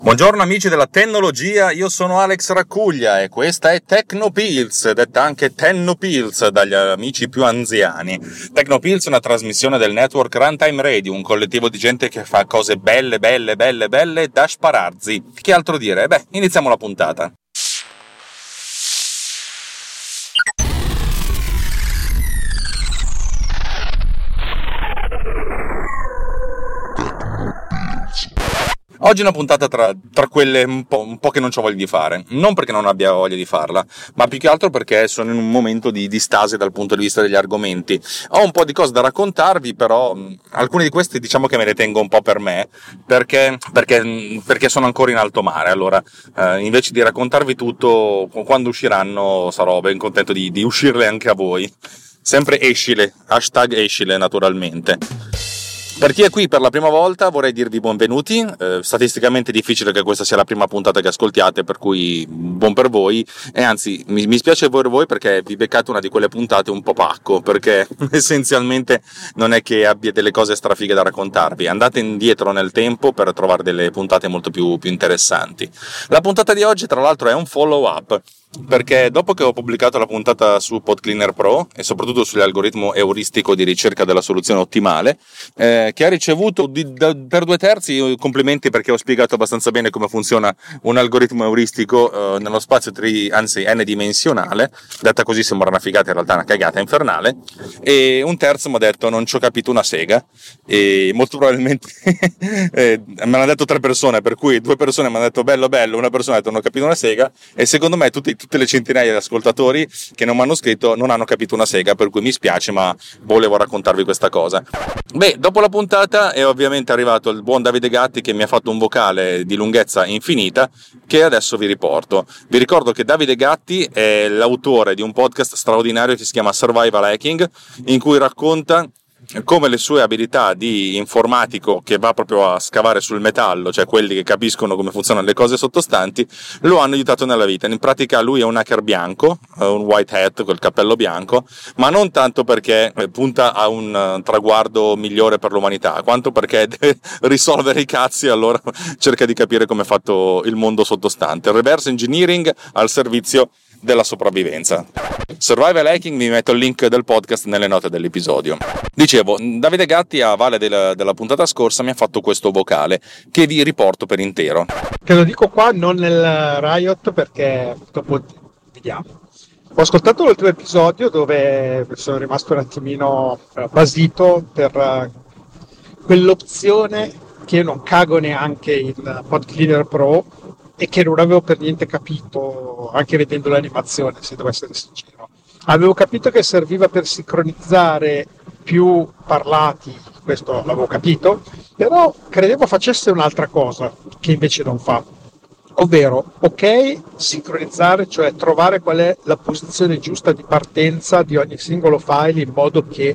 Buongiorno amici della tecnologia, io sono Alex Raccuglia e questa è Tecnopills, detta anche Tennopills dagli amici più anziani. Tecnopills è una trasmissione del network Runtime Radio, un collettivo di gente che fa cose belle da spararzi. Che altro dire? Iniziamo la puntata. Oggi è una puntata tra quelle un po' che non c'ho voglia di fare, non perché non abbia voglia di farla, ma più che altro perché sono in un momento di stasi dal punto di vista degli argomenti. Ho un po' di cose da raccontarvi, però alcuni di questi diciamo che me le tengo un po' per me, perché sono ancora in alto mare. Allora, invece di raccontarvi tutto, quando usciranno sarò ben contento di uscirle anche a voi. Sempre escile, #escile naturalmente. Per chi è qui per la prima volta vorrei dirvi benvenuti, statisticamente è difficile che questa sia la prima puntata che ascoltiate, per cui buon per voi, e anzi mi spiace per voi perché vi beccate una di quelle puntate un po' pacco, perché essenzialmente non è che abbia delle cose strafighe da raccontarvi. Andate indietro nel tempo per trovare delle puntate molto più interessanti. La puntata di oggi tra l'altro è un follow up, perché dopo che ho pubblicato la puntata su PodCleaner Pro e soprattutto sull'algoritmo euristico di ricerca della soluzione ottimale, che ha ricevuto per 2/3 complimenti, perché ho spiegato abbastanza bene come funziona un algoritmo euristico nello spazio n-dimensionale. Detta così sembra una figata, in realtà è una cagata infernale. E un terzo mi ha detto non ci ho capito una sega, e molto probabilmente me l'hanno detto 3 persone, per cui 2 persone mi hanno detto bello, una persona ha detto non ho capito una sega, e secondo me tutte le centinaia di ascoltatori che non mi hanno scritto non hanno capito una sega, per cui mi spiace, ma volevo raccontarvi questa cosa. Dopo la puntata è ovviamente arrivato il buon Davide Gatti, che mi ha fatto un vocale di lunghezza infinita che adesso vi riporto. Vi ricordo che Davide Gatti è l'autore di un podcast straordinario che si chiama Survival Hacking, in cui racconta come le sue abilità di informatico, che va proprio a scavare sul metallo, cioè quelli che capiscono come funzionano le cose sottostanti, lo hanno aiutato nella vita. In pratica lui è un hacker bianco, un white hat col cappello bianco, ma non tanto perché punta a un traguardo migliore per l'umanità, quanto perché deve risolvere i cazzi, allora cerca di capire come è fatto il mondo sottostante. Reverse engineering al servizio della sopravvivenza. Survival Hacking, vi metto il link del podcast nelle note dell'episodio. Dicevo, Davide Gatti, a valle della puntata scorsa, mi ha fatto questo vocale che vi riporto per intero. Te lo dico qua, non nel Riot, perché dopo vediamo. Ho ascoltato l'ultimo episodio dove sono rimasto un attimino basito per quell'opzione che io non cago neanche in PodCleaner Pro e che non avevo per niente capito, anche vedendo l'animazione, se devo essere sincero. Avevo capito che serviva per sincronizzare più parlati, questo l'avevo capito, però credevo facesse un'altra cosa che invece non fa, ovvero sincronizzare, cioè trovare qual è la posizione giusta di partenza di ogni singolo file, in modo che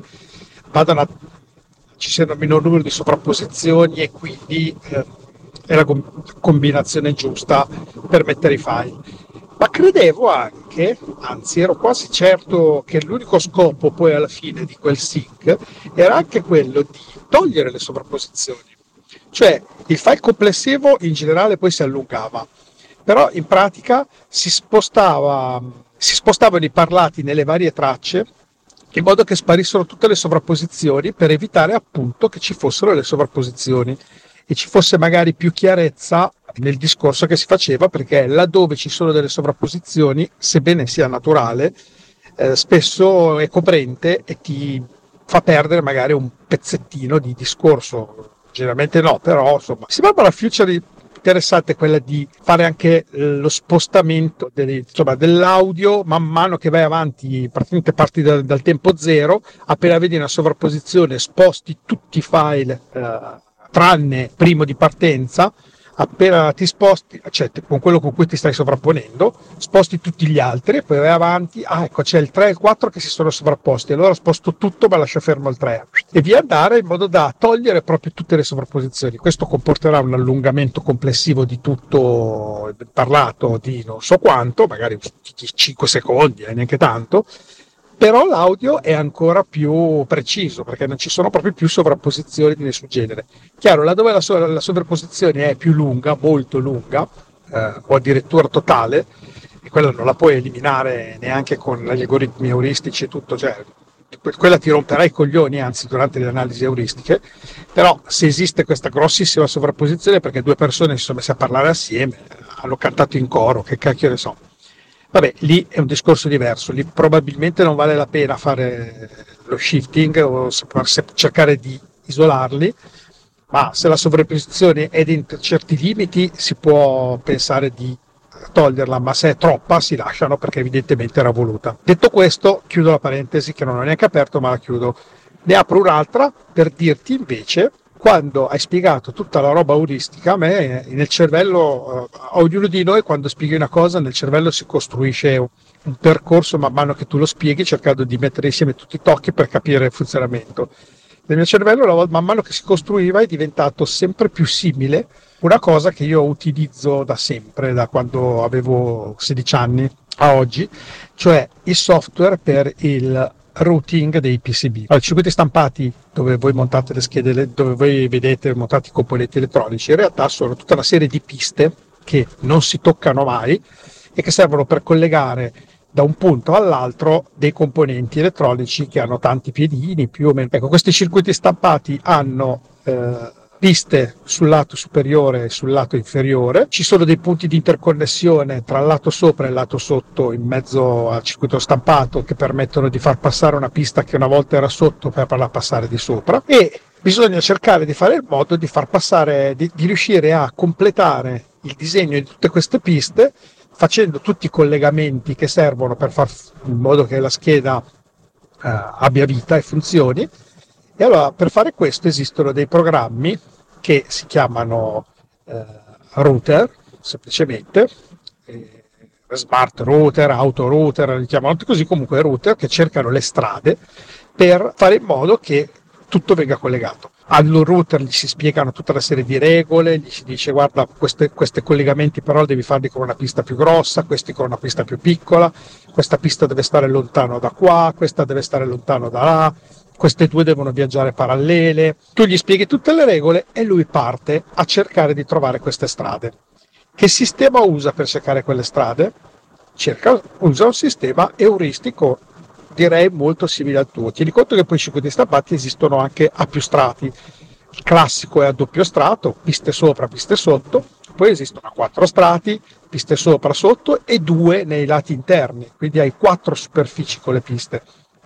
ci sia un minor numero di sovrapposizioni e quindi è la combinazione giusta per mettere i file. Ma credevo anche, anzi ero quasi certo, che l'unico scopo poi alla fine di quel sync era anche quello di togliere le sovrapposizioni. Cioè il file complessivo in generale poi si allungava, però in pratica si spostavano i parlati nelle varie tracce in modo che sparissero tutte le sovrapposizioni, per evitare appunto che ci fossero le sovrapposizioni e ci fosse magari più chiarezza nel discorso che si faceva, perché laddove ci sono delle sovrapposizioni, sebbene sia naturale, spesso è coprente e ti fa perdere magari un pezzettino di discorso. Generalmente no, però insomma sembrava la feature interessante, quella di fare anche lo spostamento dell'audio man mano che vai avanti. Praticamente parti dal tempo zero, appena vedi una sovrapposizione sposti tutti i file tranne primo di partenza, appena ti sposti, cioè con quello con cui ti stai sovrapponendo, sposti tutti gli altri e poi vai avanti. Ecco, c'è il 3 e il 4 che si sono sovrapposti, allora sposto tutto ma lascio fermo il 3 e via andare, in modo da togliere proprio tutte le sovrapposizioni. Questo comporterà un allungamento complessivo di tutto il parlato di non so quanto, magari 5 secondi, neanche tanto, però l'audio è ancora più preciso perché non ci sono proprio più sovrapposizioni di nessun genere. Chiaro, laddove la sovrapposizione è più lunga, molto lunga, o addirittura totale, e quella non la puoi eliminare neanche con gli algoritmi euristici e tutto, cioè quella ti romperà i coglioni, anzi, durante le analisi euristiche. Però se esiste questa grossissima sovrapposizione perché due persone si sono messe a parlare assieme, hanno cantato in coro, che cacchio ne so. Vabbè, lì è un discorso diverso, lì probabilmente non vale la pena fare lo shifting o cercare di isolarli, ma se la sovrapposizione è dentro certi limiti si può pensare di toglierla, ma se è troppa si lasciano perché evidentemente era voluta. Detto questo, chiudo la parentesi che non ho neanche aperto, ma la chiudo. Ne apro un'altra per dirti invece, quando hai spiegato tutta la roba euristica, a me nel cervello, a ognuno di noi quando spieghi una cosa nel cervello si costruisce un percorso man mano che tu lo spieghi, cercando di mettere insieme tutti i tocchi per capire il funzionamento. Nel mio cervello, man mano che si costruiva, è diventato sempre più simile una cosa che io utilizzo da sempre, da quando avevo 16 anni a oggi, cioè il software per il routing dei PCB. Allora, i circuiti stampati dove voi montate le schede, dove voi vedete montati i componenti elettronici, in realtà sono tutta una serie di piste che non si toccano mai e che servono per collegare da un punto all'altro dei componenti elettronici che hanno tanti piedini, più o meno. Ecco, questi circuiti stampati hanno piste sul lato superiore e sul lato inferiore, ci sono dei punti di interconnessione tra il lato sopra e il lato sotto in mezzo al circuito stampato che permettono di far passare una pista che una volta era sotto per farla passare di sopra, e bisogna cercare di fare il modo di far passare, di riuscire a completare il disegno di tutte queste piste facendo tutti i collegamenti che servono per far in modo che la scheda abbia vita e funzioni. E allora per fare questo esistono dei programmi che si chiamano router, semplicemente, smart router, auto router, li chiamano tutti così, comunque router che cercano le strade per fare in modo che tutto venga collegato. Al router gli si spiegano tutta una serie di regole, gli si dice guarda questi collegamenti però devi farli con una pista più grossa, questi con una pista più piccola, questa pista deve stare lontano da qua, questa deve stare lontano da là, queste due devono viaggiare parallele. Tu gli spieghi tutte le regole e lui parte a cercare di trovare queste strade. Che sistema usa per cercare quelle strade? Usa un sistema euristico, direi molto simile al tuo. Tieni conto che poi i circuiti stampati esistono anche a più strati. Il classico è a doppio strato, piste sopra, piste sotto. Poi esistono a 4 strati, piste sopra, sotto e 2 nei lati interni. Quindi hai 4 superfici con le piste.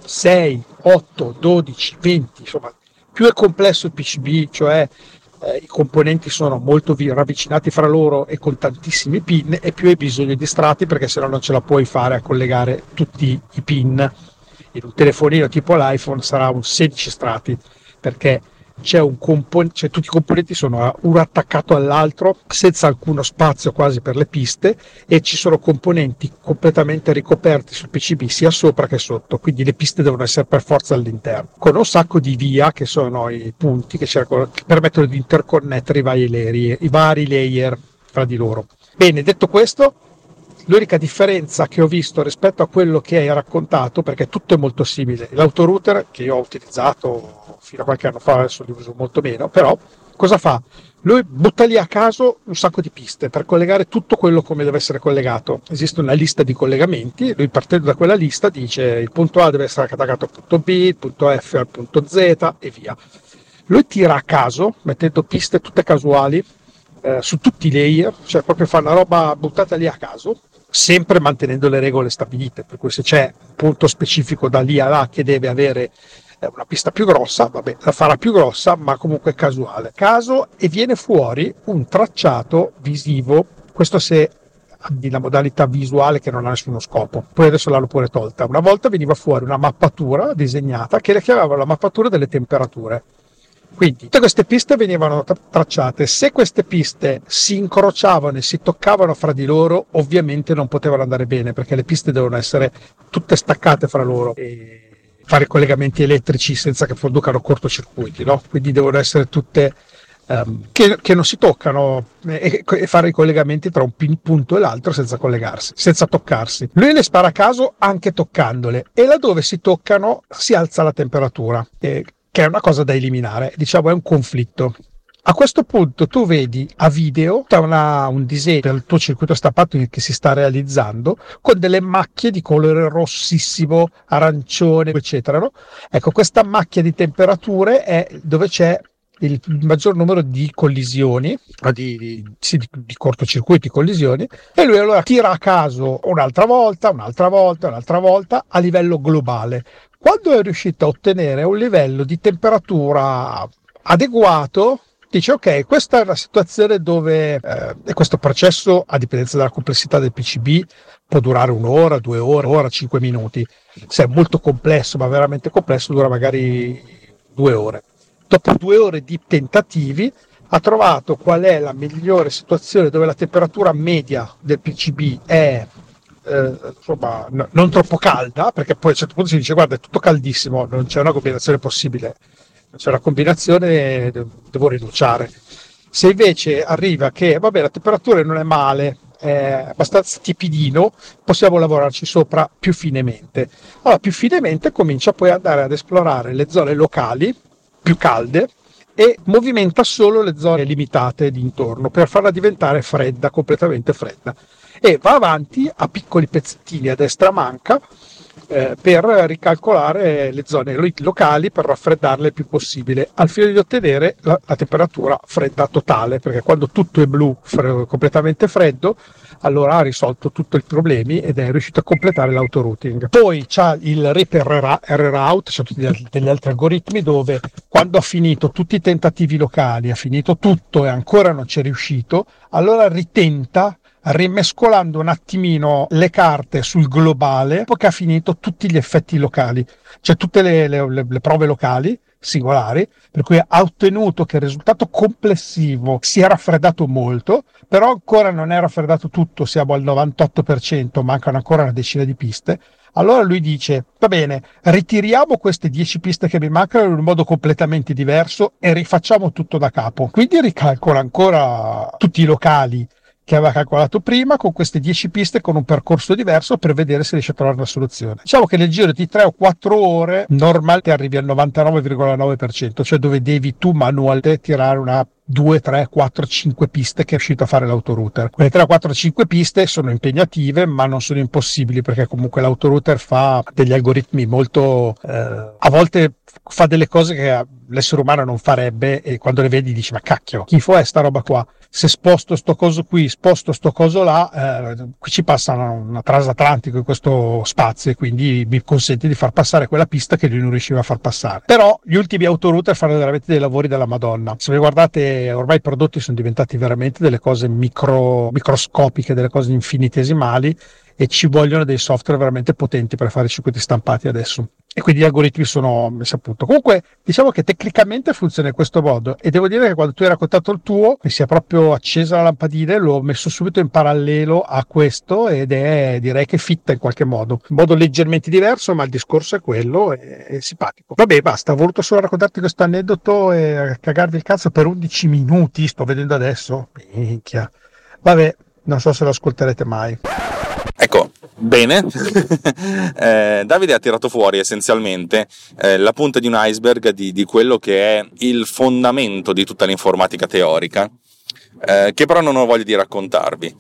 6, 8, 12, 20, insomma, più è complesso il PCB, cioè i componenti sono molto ravvicinati fra loro e con tantissimi pin, e più hai bisogno di strati perché sennò non ce la puoi fare a collegare tutti i pin. In un telefonino tipo l'iPhone sarà un 16 strati perché c'è tutti i componenti sono uno attaccato all'altro senza alcuno spazio quasi per le piste, e ci sono componenti completamente ricoperti sul PCB sia sopra che sotto, quindi le piste devono essere per forza all'interno, con un sacco di via che sono i punti che permettono di interconnettere i vari layer fra di loro. Bene, detto questo, l'unica differenza che ho visto rispetto a quello che hai raccontato, perché tutto è molto simile, l'autorouter che io ho utilizzato fino a qualche anno fa, adesso li uso molto meno, però cosa fa? Lui butta lì a caso un sacco di piste per collegare tutto quello come deve essere collegato. Esiste una lista di collegamenti, lui partendo da quella lista dice il punto A deve essere attaccato al punto B, il punto F al punto Z e via. Lui tira a caso, mettendo piste tutte casuali su tutti i layer, cioè proprio fa una roba buttata lì a caso, sempre mantenendo le regole stabilite, per cui se c'è un punto specifico da lì a là che deve avere una pista più grossa, vabbè, la farà più grossa, ma comunque casuale. Caso, e viene fuori un tracciato visivo, questo se la modalità visuale che non ha nessuno scopo, poi adesso l'hanno pure tolta. Una volta veniva fuori una mappatura disegnata che le chiamavano la mappatura delle temperature. Quindi tutte queste piste venivano tracciate. Se queste piste si incrociavano e si toccavano fra di loro, ovviamente non potevano andare bene, perché le piste devono essere tutte staccate fra loro e fare collegamenti elettrici senza che producano cortocircuiti, no? Quindi devono essere tutte che non si toccano, e fare i collegamenti tra un punto e l'altro senza collegarsi, senza toccarsi. Lui le spara a caso anche toccandole, e laddove si toccano si alza la temperatura, che è una cosa da eliminare, diciamo è un conflitto. A questo punto tu vedi a video un disegno del tuo circuito stampato che si sta realizzando con delle macchie di colore rossissimo, arancione, eccetera, no? Ecco, questa macchia di temperature è dove c'è il maggior numero di collisioni, di cortocircuiti, collisioni, e lui allora tira a caso un'altra volta a livello globale. Quando è riuscito a ottenere un livello di temperatura adeguato, dice ok, questa è una situazione dove e questo processo, a dipendenza dalla complessità del PCB, può durare 1 ora, 2 ore, 1 ora, 5 minuti. Se è molto complesso, ma veramente complesso, dura magari 2 ore. Dopo 2 ore di tentativi ha trovato qual è la migliore situazione dove la temperatura media del PCB è insomma, non troppo calda, perché poi a un certo punto si dice guarda è tutto caldissimo, non c'è una combinazione possibile, c'è una combinazione, devo rinunciare. Se invece arriva che vabbè la temperatura non è male, è abbastanza tipidino, possiamo lavorarci sopra più finemente. Allora più finemente comincia poi ad andare ad esplorare le zone locali più calde e movimenta solo le zone limitate di intorno per farla diventare fredda, completamente fredda, e va avanti a piccoli pezzettini a destra manca per ricalcolare le zone locali per raffreddarle il più possibile al fine di ottenere la temperatura fredda totale, perché quando tutto è blu completamente freddo allora ha risolto tutti i problemi ed è riuscito a completare l'autorouting. Poi c'ha il RIP RRout, c'è tutti degli altri algoritmi dove quando ha finito tutti i tentativi locali, ha finito tutto e ancora non c'è riuscito, allora ritenta rimescolando un attimino le carte sul globale dopo che ha finito tutti gli effetti locali, cioè tutte le prove locali singolari, per cui ha ottenuto che il risultato complessivo si è raffreddato molto, però ancora non è raffreddato tutto, siamo al 98%, mancano ancora una decina di piste. Allora lui dice va bene, ritiriamo queste 10 piste che mi mancano in un modo completamente diverso e rifacciamo tutto da capo, quindi ricalcola ancora tutti i locali che aveva calcolato prima con queste 10 piste con un percorso diverso per vedere se riesce a trovare una soluzione. Diciamo che nel giro di 3 o 4 ore normalmente arrivi al 99,9%, cioè dove devi tu manualmente tirare una 2, 3, 4, 5 piste che è riuscito a fare l'autorouter. Quelle 3, 4, 5 piste sono impegnative ma non sono impossibili, perché comunque l'autorouter fa degli algoritmi molto a volte fa delle cose che l'essere umano non farebbe, e quando le vedi dici ma cacchio, schifo è sta roba qua, se sposto sto coso qui, sposto sto coso là, qui ci passa una transatlantico in questo spazio e quindi mi consente di far passare quella pista che lui non riusciva a far passare. Però gli ultimi autorouter fanno veramente dei lavori della Madonna. Se vi guardate, ormai i prodotti sono diventati veramente delle cose microscopiche, delle cose infinitesimali, e ci vogliono dei software veramente potenti per fare i circuiti stampati adesso, e quindi gli algoritmi sono messi a punto. Comunque diciamo che tecnicamente funziona in questo modo, e devo dire che quando tu hai raccontato il tuo mi si è proprio accesa la lampadina e l'ho messo subito in parallelo a questo, ed è direi che fitta in qualche modo, in modo leggermente diverso, ma il discorso è quello, è simpatico. Vabbè, basta, ho voluto solo raccontarti questo aneddoto e cagarvi il cazzo per 11 minuti, sto vedendo adesso, minchia. Vabbè, non so se lo ascolterete mai. Ecco, bene, Davide ha tirato fuori essenzialmente la punta di un iceberg di quello che è il fondamento di tutta l'informatica teorica, che però non ho voglia di raccontarvi.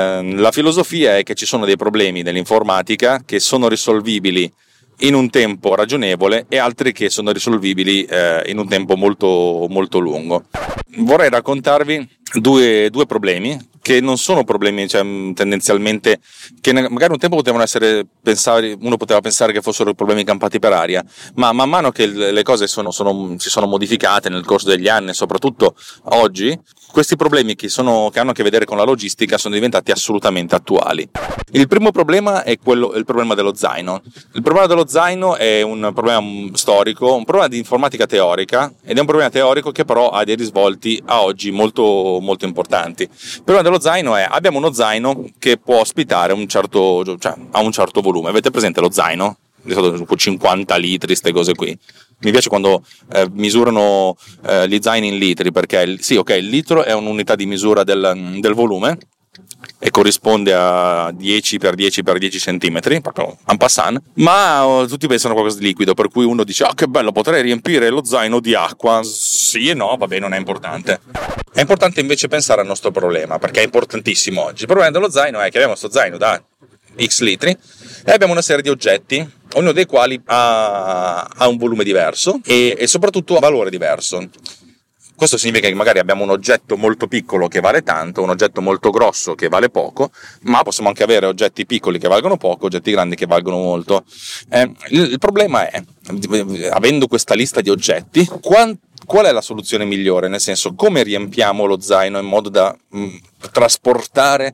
La filosofia è che ci sono dei problemi nell'informatica che sono risolvibili in un tempo ragionevole e altri che sono risolvibili in un tempo molto, molto lungo. Vorrei raccontarvi due problemi che non sono problemi, cioè, tendenzialmente, che magari un tempo potevano essere uno poteva pensare che fossero problemi campati per aria, ma man mano che le cose si sono modificate nel corso degli anni, soprattutto oggi, questi problemi che hanno a che vedere con la logistica sono diventati assolutamente attuali. Il primo problema è il problema dello zaino. Il problema dello zaino è un problema storico, un problema di informatica teorica, ed è un problema teorico che però ha dei risvolti a oggi molto, molto importanti. Il problema dello zaino è: abbiamo uno zaino che può ospitare a un certo volume. Avete presente lo zaino? di solito 50 litri, queste cose qui. Mi piace quando misurano gli zaini in litri, perché sì, ok, il litro è un'unità di misura del volume e corrisponde a 10 x 10 x 10 cm, proprio en passant, ma tutti pensano a qualcosa di liquido, per cui uno dice che bello, potrei riempire lo zaino di acqua. Sì e no, vabbè, non è importante. È importante invece pensare al nostro problema, perché è importantissimo oggi. Il problema dello zaino è che abbiamo questo zaino da X litri e abbiamo una serie di oggetti, ognuno dei quali ha un volume diverso e soprattutto ha valore diverso. Questo significa che magari abbiamo un oggetto molto piccolo che vale tanto, un oggetto molto grosso che vale poco, ma possiamo anche avere oggetti piccoli che valgono poco, oggetti grandi che valgono molto. Il problema è, avendo questa lista di oggetti, qual è la soluzione migliore? Nel senso, come riempiamo lo zaino in modo da trasportare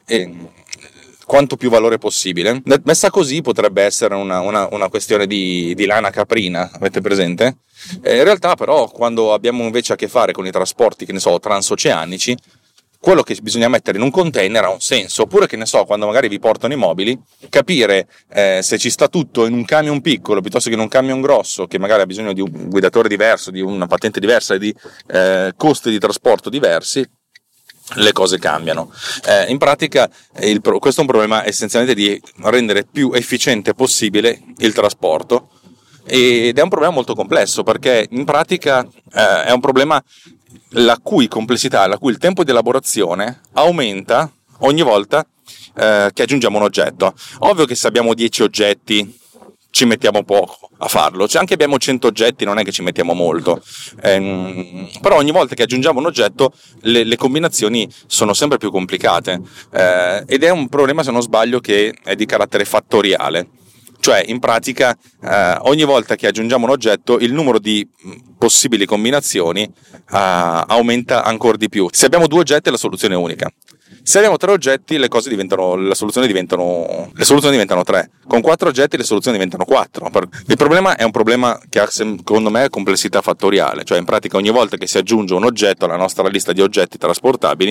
quanto più valore possibile? Messa così potrebbe essere una questione di lana caprina, avete presente? In realtà però quando abbiamo invece a che fare con i trasporti, che ne so, transoceanici, quello che bisogna mettere in un container ha un senso. Oppure, che ne so, quando magari vi portano i mobili, capire se ci sta tutto in un camion piccolo piuttosto che in un camion grosso, che magari ha bisogno di un guidatore diverso, di una patente diversa e di costi di trasporto diversi, le cose cambiano. In pratica questo è un problema essenzialmente di rendere più efficiente possibile il trasporto, ed è un problema molto complesso, perché in pratica è un problema la cui complessità, la cui il tempo di elaborazione aumenta ogni volta che aggiungiamo un oggetto. Ovvio che se abbiamo 10 oggetti ci mettiamo poco a farlo, cioè anche abbiamo 100 oggetti non è che ci mettiamo molto, però ogni volta che aggiungiamo un oggetto le combinazioni sono sempre più complicate, ed è un problema, se non sbaglio, che è di carattere fattoriale. Cioè, in pratica, ogni volta che aggiungiamo un oggetto, il numero di possibili combinazioni aumenta ancora di più. Se abbiamo 2 oggetti, la soluzione è unica. Se abbiamo 3 oggetti, le soluzioni diventano 3. Con 4 oggetti le soluzioni diventano 4. Il problema è un problema che ha, secondo me, complessità fattoriale. Cioè, in pratica, ogni volta che si aggiunge un oggetto alla nostra lista di oggetti trasportabili,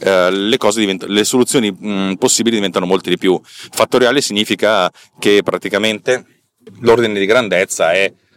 le soluzioni possibili diventano molte di più. Fattoriale significa che praticamente l'ordine di grandezza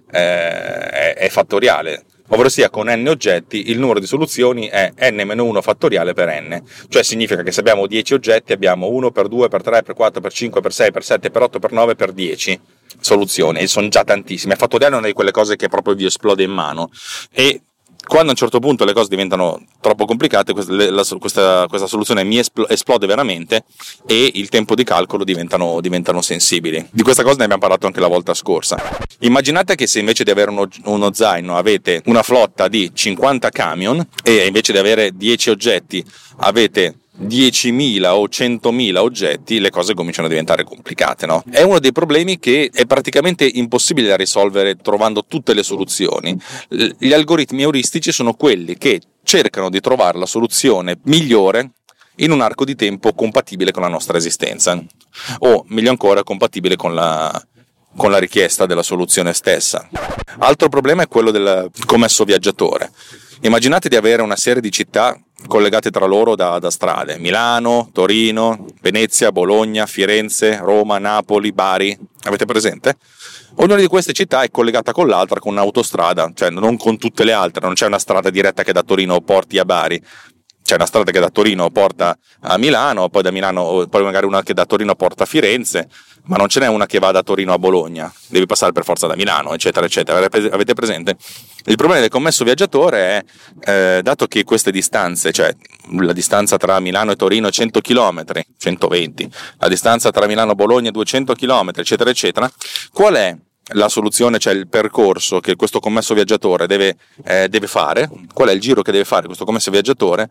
è fattoriale. Ovvero sia, con n oggetti il numero di soluzioni è n-1 fattoriale per n, cioè significa che se abbiamo 10 oggetti abbiamo 1 per 2 per 3 per 4 per 5 per 6 per 7 per 8 per 9 per 10 soluzioni, e sono già tantissime. È fattoriale, è una di quelle cose che proprio vi esplode in mano, e quando a un certo punto le cose diventano troppo complicate, questa soluzione mi esplode veramente e il tempo di calcolo diventano sensibili. Di questa cosa ne abbiamo parlato anche la volta scorsa. Immaginate che se invece di avere uno zaino avete una flotta di 50 camion, e invece di avere 10 oggetti avete 10.000 o 100.000 oggetti, le cose cominciano a diventare complicate, no? È uno dei problemi che è praticamente impossibile da risolvere trovando tutte le soluzioni. Gli algoritmi euristici sono quelli che cercano di trovare la soluzione migliore in un arco di tempo compatibile con la nostra esistenza, o meglio ancora compatibile con la richiesta della soluzione stessa. Altro problema è quello del commesso viaggiatore. Immaginate di avere una serie di città collegate tra loro da strade: Milano, Torino, Venezia, Bologna, Firenze, Roma, Napoli, Bari. Avete presente? Ognuna di queste città è collegata con l'altra con un'autostrada, cioè non con tutte le altre, non c'è una strada diretta che da Torino porti a Bari. C'è una strada che da Torino porta a Milano, poi da Milano, poi magari una che da Torino porta a Firenze, ma non ce n'è una che va da Torino a Bologna, devi passare per forza da Milano, eccetera, eccetera. Avete presente? Il problema del commesso viaggiatore è, dato che queste distanze, cioè la distanza tra Milano e Torino è 100 km, 120, la distanza tra Milano e Bologna è 200 km, eccetera, eccetera, qual è la soluzione, cioè il percorso che questo commesso viaggiatore deve fare? Qual è il giro che deve fare questo commesso viaggiatore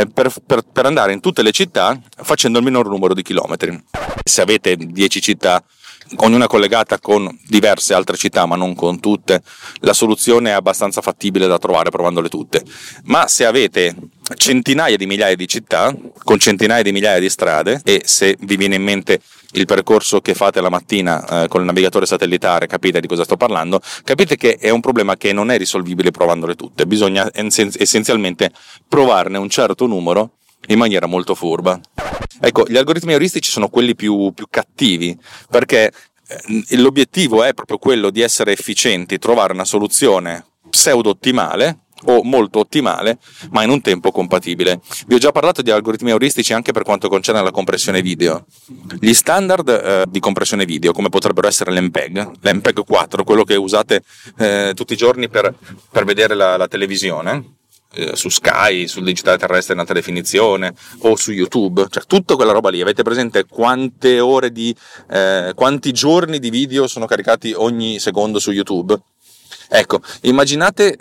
per andare in tutte le città facendo il minor numero di chilometri? Se avete 10 città, ognuna collegata con diverse altre città ma non con tutte, la soluzione è abbastanza fattibile da trovare provandole tutte. Ma se avete centinaia di migliaia di città con centinaia di migliaia di strade, e se vi viene in mente il percorso che fate la mattina con il navigatore satellitare, capite di cosa sto parlando, capite che è un problema che non è risolvibile provandole tutte. Bisogna essenzialmente provarne un certo numero in maniera molto furba. Ecco, gli algoritmi euristici sono quelli più cattivi, perché l'obiettivo è proprio quello di essere efficienti, trovare una soluzione pseudo-ottimale o molto ottimale, ma in un tempo compatibile. Vi ho già parlato di algoritmi euristici anche per quanto concerne la compressione video. Gli standard di compressione video, come potrebbero essere l'MPEG 4, quello che usate tutti i giorni per vedere la televisione, su Sky, sul digitale terrestre in alta definizione o su YouTube, cioè tutta quella roba lì. Avete presente quante ore quanti giorni di video sono caricati ogni secondo su YouTube? Ecco, immaginate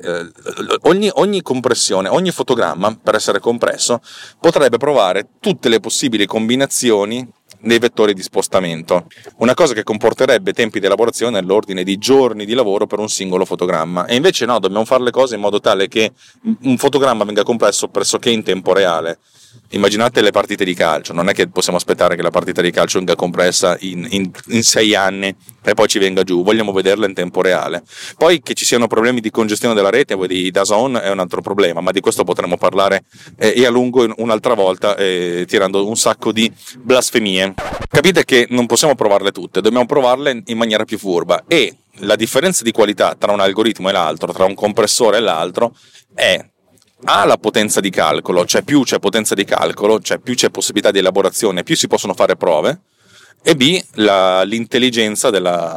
ogni compressione, ogni fotogramma, per essere compresso, potrebbe provare tutte le possibili combinazioni dei vettori di spostamento, una cosa che comporterebbe tempi di elaborazione all'ordine di giorni di lavoro per un singolo fotogramma. E invece no, dobbiamo fare le cose in modo tale che un fotogramma venga compresso pressoché in tempo reale. Immaginate le partite di calcio, non è che possiamo aspettare che la partita di calcio venga compressa in 6 anni e poi ci venga giù, vogliamo vederla in tempo reale. Poi che ci siano problemi di congestione della rete o di DAZN è un altro problema, ma di questo potremo parlare e a lungo un'altra volta, tirando un sacco di blasfemie. Capite che non possiamo provarle tutte, dobbiamo provarle in maniera più furba, e la differenza di qualità tra un algoritmo e l'altro, tra un compressore e l'altro, è la potenza di calcolo, cioè più c'è potenza di calcolo, cioè più c'è possibilità di elaborazione, più si possono fare prove, e B, l'intelligenza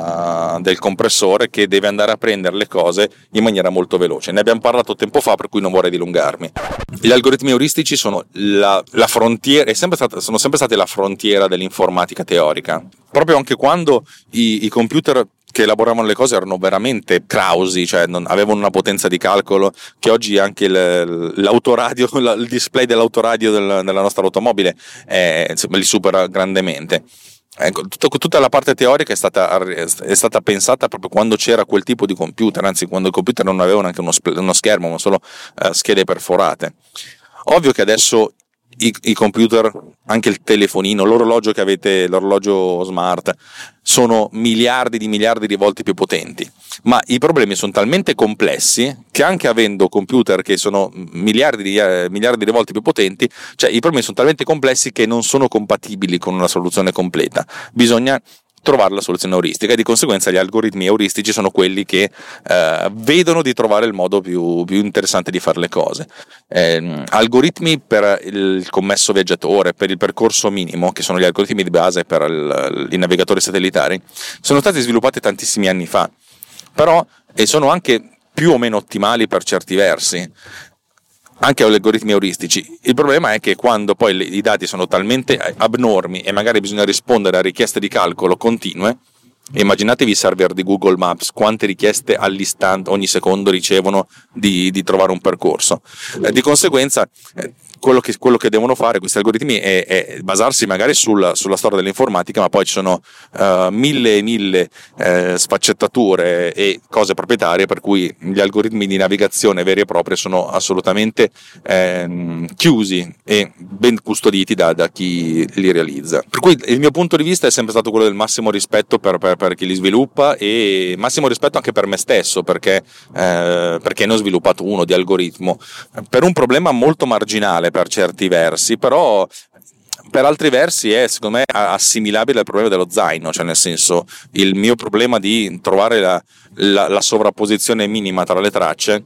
del compressore, che deve andare a prendere le cose in maniera molto veloce. Ne abbiamo parlato tempo fa, per cui non vorrei dilungarmi. Gli algoritmi euristici sono la frontiera, sono sempre stati la frontiera dell'informatica teorica, proprio anche quando i computer che elaboravano le cose erano veramente crausi, cioè avevano una potenza di calcolo che oggi anche l'autoradio, il display dell'autoradio della nostra automobile li supera grandemente. Ecco, tutta la parte teorica è stata pensata proprio quando c'era quel tipo di computer, anzi quando i computer non avevano anche uno schermo, ma solo schede perforate. Ovvio che adesso i computer, anche il telefonino, l'orologio che avete, l'orologio smart, sono miliardi di volte più potenti, ma i problemi sono talmente complessi che anche avendo computer che sono miliardi di volte più potenti, cioè i problemi sono talmente complessi che non sono compatibili con una soluzione completa. Bisogna trovare la soluzione euristica, e di conseguenza gli algoritmi euristici sono quelli che vedono di trovare il modo più interessante di fare le cose. Algoritmi per il commesso viaggiatore, per il percorso minimo, che sono gli algoritmi di base per i navigatori satellitari, sono stati sviluppati tantissimi anni fa, però sono anche più o meno ottimali per certi versi, anche agli algoritmi euristici. Il problema è che quando poi i dati sono talmente abnormi e magari bisogna rispondere a richieste di calcolo continue, immaginatevi i server di Google Maps, quante richieste all'istante ogni secondo ricevono di trovare un percorso. Di conseguenza quello che devono fare questi algoritmi è basarsi magari sulla storia dell'informatica, ma poi ci sono mille sfaccettature e cose proprietarie, per cui gli algoritmi di navigazione veri e propri sono assolutamente chiusi e ben custoditi da chi li realizza. Per cui il mio punto di vista è sempre stato quello del massimo rispetto per chi li sviluppa, e massimo rispetto anche per me stesso, perché ne ho sviluppato uno di algoritmo per un problema molto marginale per certi versi, però per altri versi è secondo me assimilabile al problema dello zaino, cioè nel senso, il mio problema di trovare la sovrapposizione minima tra le tracce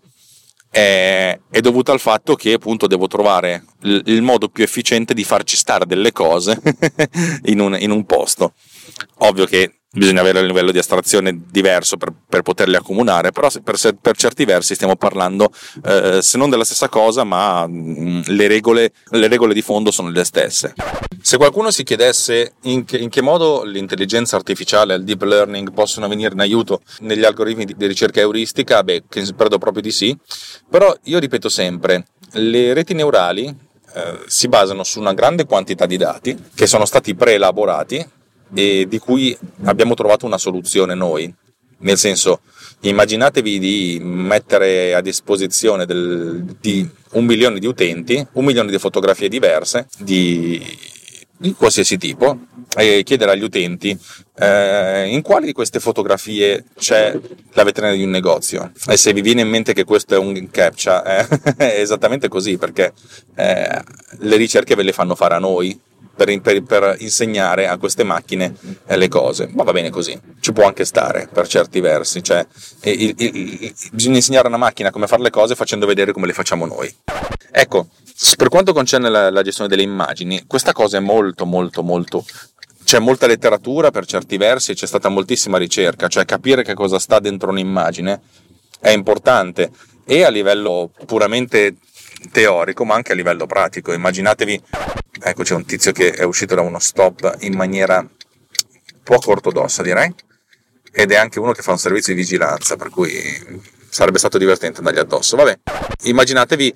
è dovuto al fatto che appunto devo trovare il modo più efficiente di farci stare delle cose in un posto. Ovvio che bisogna avere un livello di astrazione diverso per poterli accomunare, però per certi versi stiamo parlando se non della stessa cosa, ma le regole di fondo sono le stesse. Se qualcuno si chiedesse in che modo l'intelligenza artificiale e il deep learning possono venire in aiuto negli algoritmi di ricerca euristica, credo proprio di sì, però io ripeto sempre, le reti neurali si basano su una grande quantità di dati che sono stati preelaborati e di cui abbiamo trovato una soluzione noi. Nel senso, immaginatevi di mettere a disposizione di 1 milione di utenti 1 milione di fotografie diverse di qualsiasi tipo, e chiedere agli utenti in quali di queste fotografie c'è la vetrina di un negozio, e se vi viene in mente che questo è un captcha, è esattamente così, perché le ricerche ve le fanno fare a noi per insegnare a queste macchine le cose, ma va bene così, ci può anche stare per certi versi, cioè bisogna insegnare a una macchina come fare le cose facendo vedere come le facciamo noi. Ecco, per quanto concerne la gestione delle immagini, questa cosa è molto c'è molta letteratura per certi versi e c'è stata moltissima ricerca, cioè capire che cosa sta dentro un'immagine è importante, e a livello puramente teorico ma anche a livello pratico. Immaginatevi, ecco, c'è un tizio che è uscito da uno stop in maniera poco ortodossa, direi, ed è anche uno che fa un servizio di vigilanza, per cui sarebbe stato divertente andargli addosso. Vabbè, immaginatevi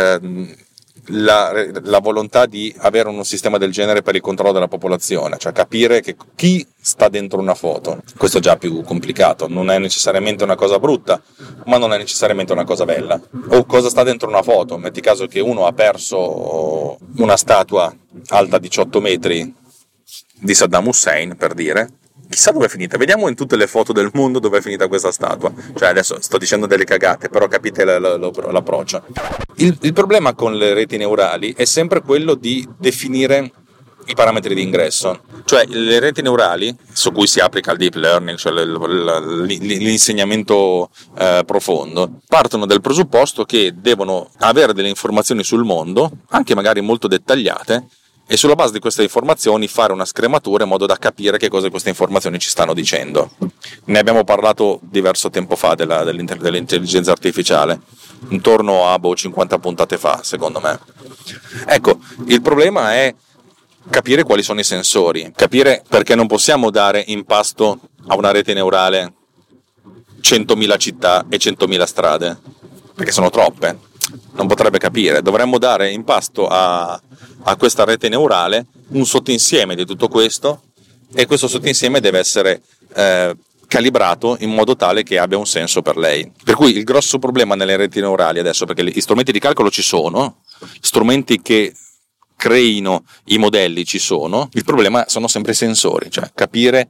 la volontà di avere un sistema del genere per il controllo della popolazione, cioè capire che chi sta dentro una foto. Questo è già più complicato, non è necessariamente una cosa brutta, ma non è necessariamente una cosa bella. O cosa sta dentro una foto, metti caso che uno ha perso una statua alta 18 metri di Saddam Hussein, per dire, chissà dove è finita. Vediamo in tutte le foto del mondo dove è finita questa statua. Cioè, adesso sto dicendo delle cagate, però capite l'approccio. Il problema con le reti neurali è sempre quello di definire i parametri di ingresso. Cioè, le reti neurali su cui si applica il deep learning, cioè l'insegnamento profondo, partono dal presupposto che devono avere delle informazioni sul mondo, anche magari molto dettagliate, e sulla base di queste informazioni fare una scrematura in modo da capire che cosa queste informazioni ci stanno dicendo. Ne abbiamo parlato diverso tempo fa dell'intelligenza artificiale, intorno a 50 puntate fa, secondo me. Ecco, il problema è capire quali sono i sensori, capire perché non possiamo dare in pasto a una rete neurale 100.000 città e 100.000 strade, perché sono troppe. Non potrebbe capire. Dovremmo dare in pasto a questa rete neurale un sottoinsieme di tutto questo, e questo sottoinsieme deve essere calibrato in modo tale che abbia un senso per lei. Per cui il grosso problema nelle reti neurali adesso, perché gli strumenti di calcolo ci sono, strumenti che creino i modelli ci sono, il problema sono sempre i sensori, cioè capire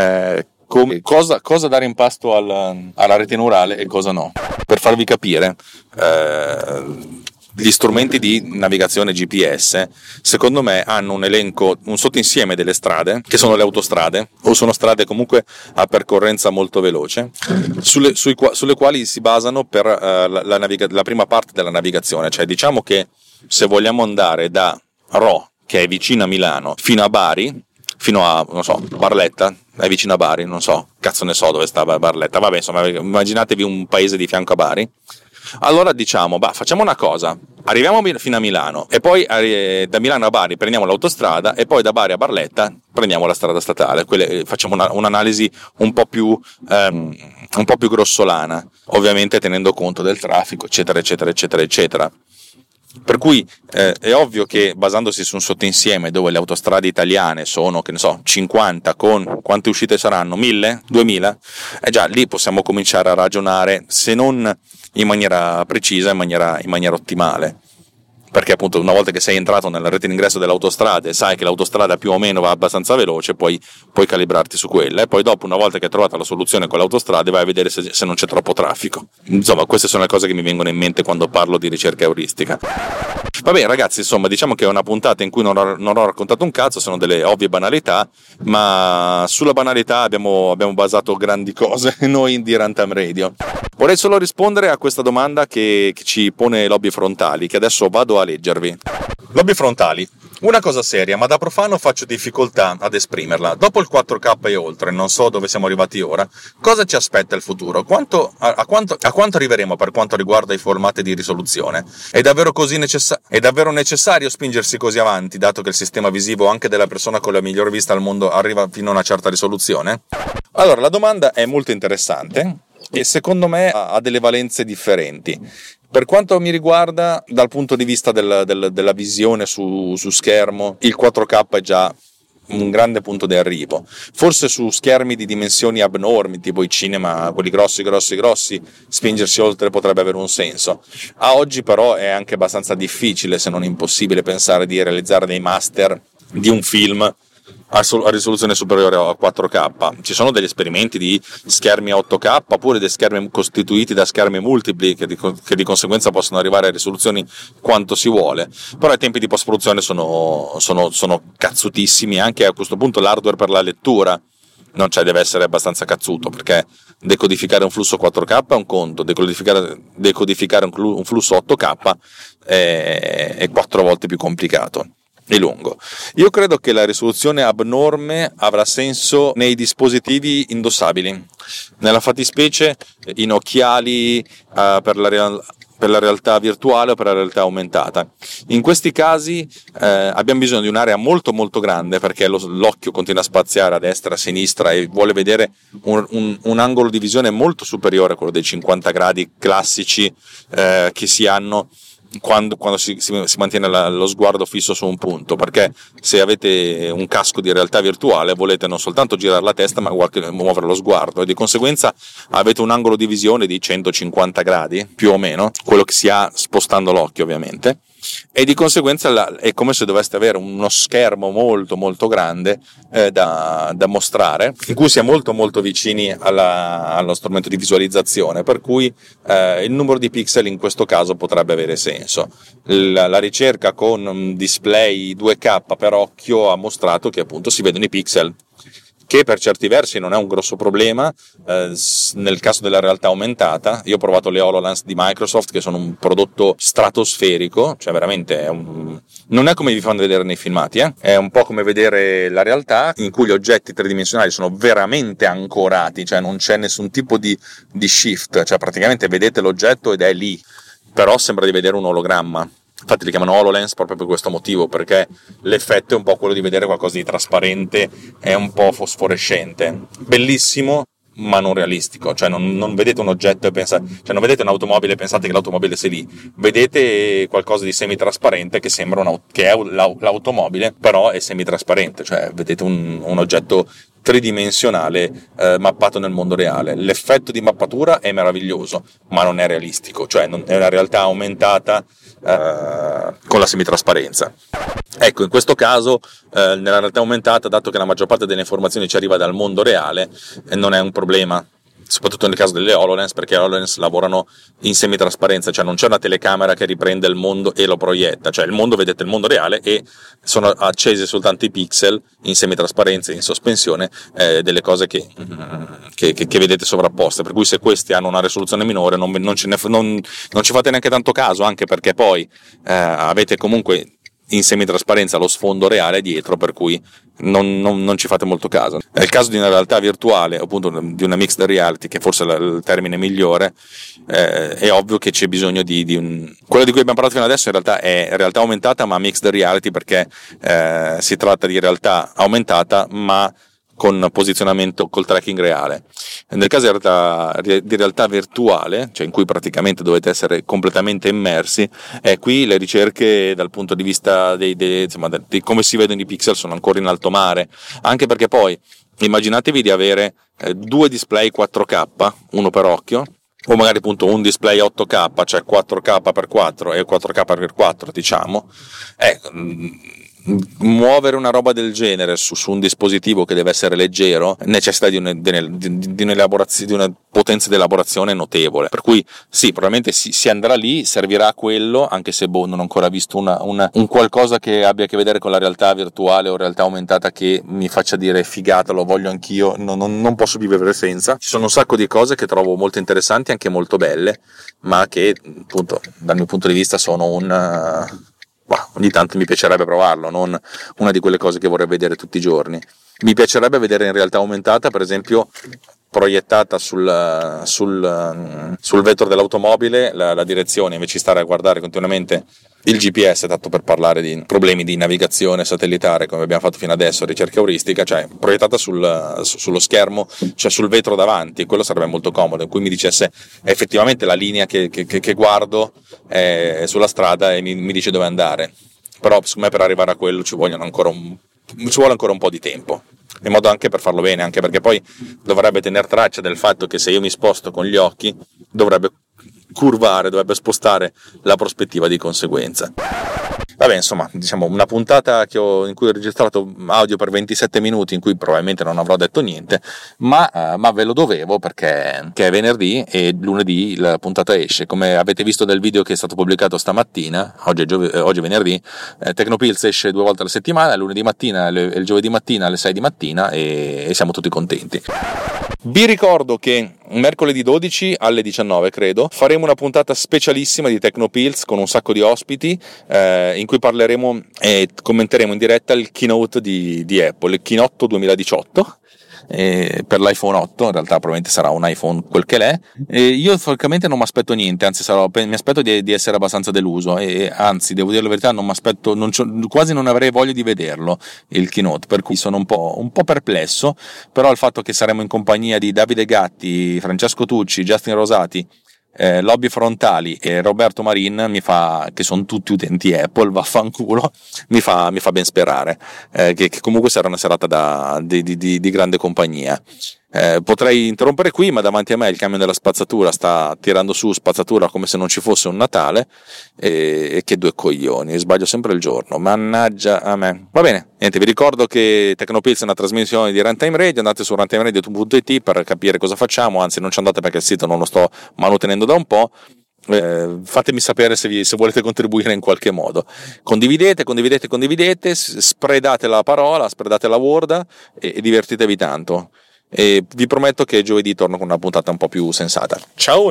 cosa dare in pasto alla rete neurale e cosa no. Per farvi capire, gli strumenti di navigazione GPS, secondo me, hanno un elenco, un sottoinsieme delle strade, che sono le autostrade, o sono strade comunque a percorrenza molto veloce, sulle quali si basano per la prima parte della navigazione. Cioè, diciamo che se vogliamo andare da Rho, che è vicino a Milano, fino a Bari, fino a, non so, Barletta, è vicino a Bari, non so, cazzo ne so dove sta Barletta, vabbè, insomma, immaginatevi un paese di fianco a Bari. Allora diciamo, facciamo una cosa, arriviamo fino a Milano e poi da Milano a Bari prendiamo l'autostrada e poi da Bari a Barletta prendiamo la strada statale. Facciamo un'analisi un po' più grossolana, ovviamente tenendo conto del traffico, eccetera, eccetera, eccetera, eccetera. Per cui è ovvio che basandosi su un sottoinsieme dove le autostrade italiane sono, che ne so, 50, con quante uscite saranno? 1000? 2000? Già lì possiamo cominciare a ragionare, se non in maniera precisa, in maniera ottimale. Perché appunto una volta che sei entrato nella rete d'ingresso dell'autostrada e sai che l'autostrada più o meno va abbastanza veloce, puoi calibrarti su quella, e poi dopo, una volta che hai trovato la soluzione con l'autostrada, vai a vedere se non c'è troppo traffico. Insomma, queste sono le cose che mi vengono in mente quando parlo di ricerca euristica. Vabbè ragazzi, insomma, diciamo che è una puntata in cui non ho raccontato un cazzo, sono delle ovvie banalità, ma sulla banalità abbiamo basato grandi cose noi di Runtime Radio. Vorrei solo rispondere a questa domanda che ci pone Lobby Frontali, che adesso vado a leggervi. Lobby Frontali: una cosa seria, ma da profano faccio difficoltà ad esprimerla. Dopo il 4K e oltre, non so dove siamo arrivati ora, cosa ci aspetta il futuro? A quanto arriveremo per quanto riguarda i formati di risoluzione? È davvero necessario spingersi così avanti, dato che il sistema visivo anche della persona con la miglior vista al mondo arriva fino a una certa risoluzione? Allora, la domanda è molto interessante e secondo me ha delle valenze differenti. Per quanto mi riguarda, dal punto di vista della visione su schermo, il 4K è già un grande punto di arrivo. Forse su schermi di dimensioni abnormi, tipo i cinema, quelli grossi, spingersi oltre potrebbe avere un senso. A oggi però è anche abbastanza difficile, se non impossibile, pensare di realizzare dei master di un film a risoluzione superiore a 4K. Ci sono degli esperimenti di schermi a 8K oppure dei schermi costituiti da schermi multipli che di conseguenza possono arrivare a risoluzioni quanto si vuole, però i tempi di post produzione sono cazzutissimi. Anche a questo punto l'hardware per la lettura non c'è, deve essere abbastanza cazzuto, perché decodificare un flusso 4K è un conto, decodificare un flusso 8K è 4 volte più complicato e lungo. Io credo che la risoluzione abnorme avrà senso nei dispositivi indossabili, nella fattispecie in occhiali per la realtà virtuale o per la realtà aumentata. In questi casi abbiamo bisogno di un'area molto molto grande, perché l'occhio continua a spaziare a destra, a sinistra e vuole vedere un angolo di visione molto superiore a quello dei 50 gradi classici che si hanno quando si mantiene lo sguardo fisso su un punto, perché se avete un casco di realtà virtuale volete non soltanto girare la testa ma muovere lo sguardo, e di conseguenza avete un angolo di visione di 150 gradi più o meno, quello che si ha spostando l'occhio ovviamente, e di conseguenza è come se doveste avere uno schermo molto molto grande da mostrare, in cui si è molto molto vicini allo strumento di visualizzazione, per cui il numero di pixel in questo caso potrebbe avere senso. La ricerca con display 2K per occhio ha mostrato che appunto si vedono i pixel, che per certi versi non è un grosso problema. Nel caso della realtà aumentata, io ho provato le HoloLens di Microsoft, che sono un prodotto stratosferico, cioè veramente non è come vi fanno vedere nei filmati, è un po' come vedere la realtà, in cui gli oggetti tridimensionali sono veramente ancorati, cioè non c'è nessun tipo di shift, cioè praticamente vedete l'oggetto ed è lì, però sembra di vedere un ologramma. Infatti li chiamano HoloLens proprio per questo motivo, perché l'effetto è un po' quello di vedere qualcosa di trasparente e un po' fosforescente. Bellissimo, ma non realistico. Cioè non vedete un oggetto e non vedete un'automobile e pensate che l'automobile sia lì. Vedete qualcosa di semitrasparente che sembra che è l'automobile, però è semitrasparente. Cioè vedete un oggetto tridimensionale mappato nel mondo reale. L'effetto di mappatura è meraviglioso, ma non è realistico. Cioè è una realtà aumentata con la semitrasparenza. Ecco, in questo caso nella realtà aumentata, dato che la maggior parte delle informazioni ci arriva dal mondo reale, non è un problema, soprattutto nel caso delle HoloLens, perché le HoloLens lavorano in semitrasparenza, cioè non c'è una telecamera che riprende il mondo e lo proietta, cioè il mondo, vedete il mondo reale e sono accesi soltanto i pixel in semitrasparenza, in sospensione, delle cose che vedete sovrapposte, per cui se questi hanno una risoluzione minore non ci fate neanche tanto caso, anche perché poi avete comunque in semitrasparenza lo sfondo reale dietro, per cui non ci fate molto caso. Nel caso di una realtà virtuale, appunto di una mixed reality, che forse è il termine migliore, è ovvio che c'è bisogno di quello di cui abbiamo parlato fino adesso in realtà è realtà aumentata ma mixed reality, perché si tratta di realtà aumentata ma con posizionamento col tracking reale. Nel caso di realtà virtuale, cioè in cui praticamente dovete essere completamente immersi, qui le ricerche dal punto di vista di come si vedono i pixel sono ancora in alto mare, anche perché poi immaginatevi di avere 2 display 4K, uno per occhio, o magari appunto un display 8K, cioè 4K x4 e 4K x4, diciamo. Muovere una roba del genere su un dispositivo che deve essere leggero necessita di una potenza di elaborazione notevole, per cui sì, probabilmente si andrà lì, servirà a quello, anche se non ho ancora visto un qualcosa che abbia a che vedere con la realtà virtuale o realtà aumentata che mi faccia dire figata, lo voglio anch'io, non posso vivere senza. Ci sono un sacco di cose che trovo molto interessanti, anche molto belle, ma che appunto dal mio punto di vista sono ogni tanto mi piacerebbe provarlo, non una di quelle cose che vorrei vedere tutti i giorni. Mi piacerebbe vedere in realtà aumentata, per esempio, proiettata sul vetro dell'automobile la direzione, invece di stare a guardare continuamente il GPS, tanto per parlare di problemi di navigazione satellitare come abbiamo fatto fino adesso, ricerca euristica, cioè proiettata sullo schermo, cioè sul vetro davanti. Quello sarebbe molto comodo, in cui mi dicesse effettivamente la linea che guardo sulla strada e mi dice dove andare. Però secondo me per arrivare a quello ci vuole ancora un po' di tempo, in modo anche per farlo bene, anche perché poi dovrebbe tenere traccia del fatto che se io mi sposto con gli occhi dovrebbe spostare la prospettiva di conseguenza. Vabbè, insomma, diciamo una puntata in cui ho registrato audio per 27 minuti, in cui probabilmente non avrò detto niente, ma ve lo dovevo perché è venerdì e lunedì la puntata esce. Come avete visto dal video che è stato pubblicato stamattina, oggi è venerdì, Tecnopills esce 2 volte alla settimana, il lunedì mattina e il giovedì mattina alle 6 di mattina, e siamo tutti contenti. Vi ricordo che mercoledì 12 alle 19, credo, faremo una puntata specialissima di Tecnopills con un sacco di ospiti, in cui parleremo e commenteremo in diretta il keynote di Apple, il Keynote 2018. Per l'iPhone 8, in realtà probabilmente sarà un iPhone quel che l'è, e io francamente non mi aspetto niente, anzi mi aspetto di essere abbastanza deluso, e anzi devo dire la verità, non mi aspetto, quasi non avrei voglia di vederlo il keynote, per cui sono un po' perplesso, però il fatto che saremo in compagnia di Davide Gatti, Francesco Tucci, Justin Rosati, Lobby Frontali e Roberto Marin, che sono tutti utenti Apple, vaffanculo, mi fa ben sperare, che comunque sarà una serata di grande compagnia. Potrei interrompere qui, ma davanti a me il camion della spazzatura sta tirando su spazzatura come se non ci fosse un Natale, e che due coglioni, sbaglio sempre il giorno, mannaggia a me. Va bene, niente, vi ricordo che Tecnopills è una trasmissione di Runtime Radio, andate su runtimeradio.it per capire cosa facciamo, anzi non ci andate perché il sito non lo sto manutenendo da un po'. Fatemi sapere se volete contribuire in qualche modo. Condividete, spreadate la parola, spreadate la word, e divertitevi tanto. E vi prometto che giovedì torno con una puntata un po' più sensata. Ciao!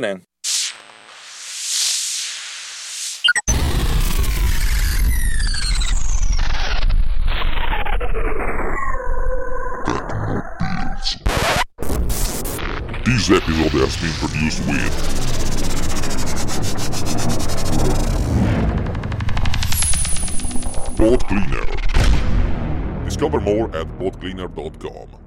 This episode has been produced with Pod Cleaner. Discover more at podcleaner.com.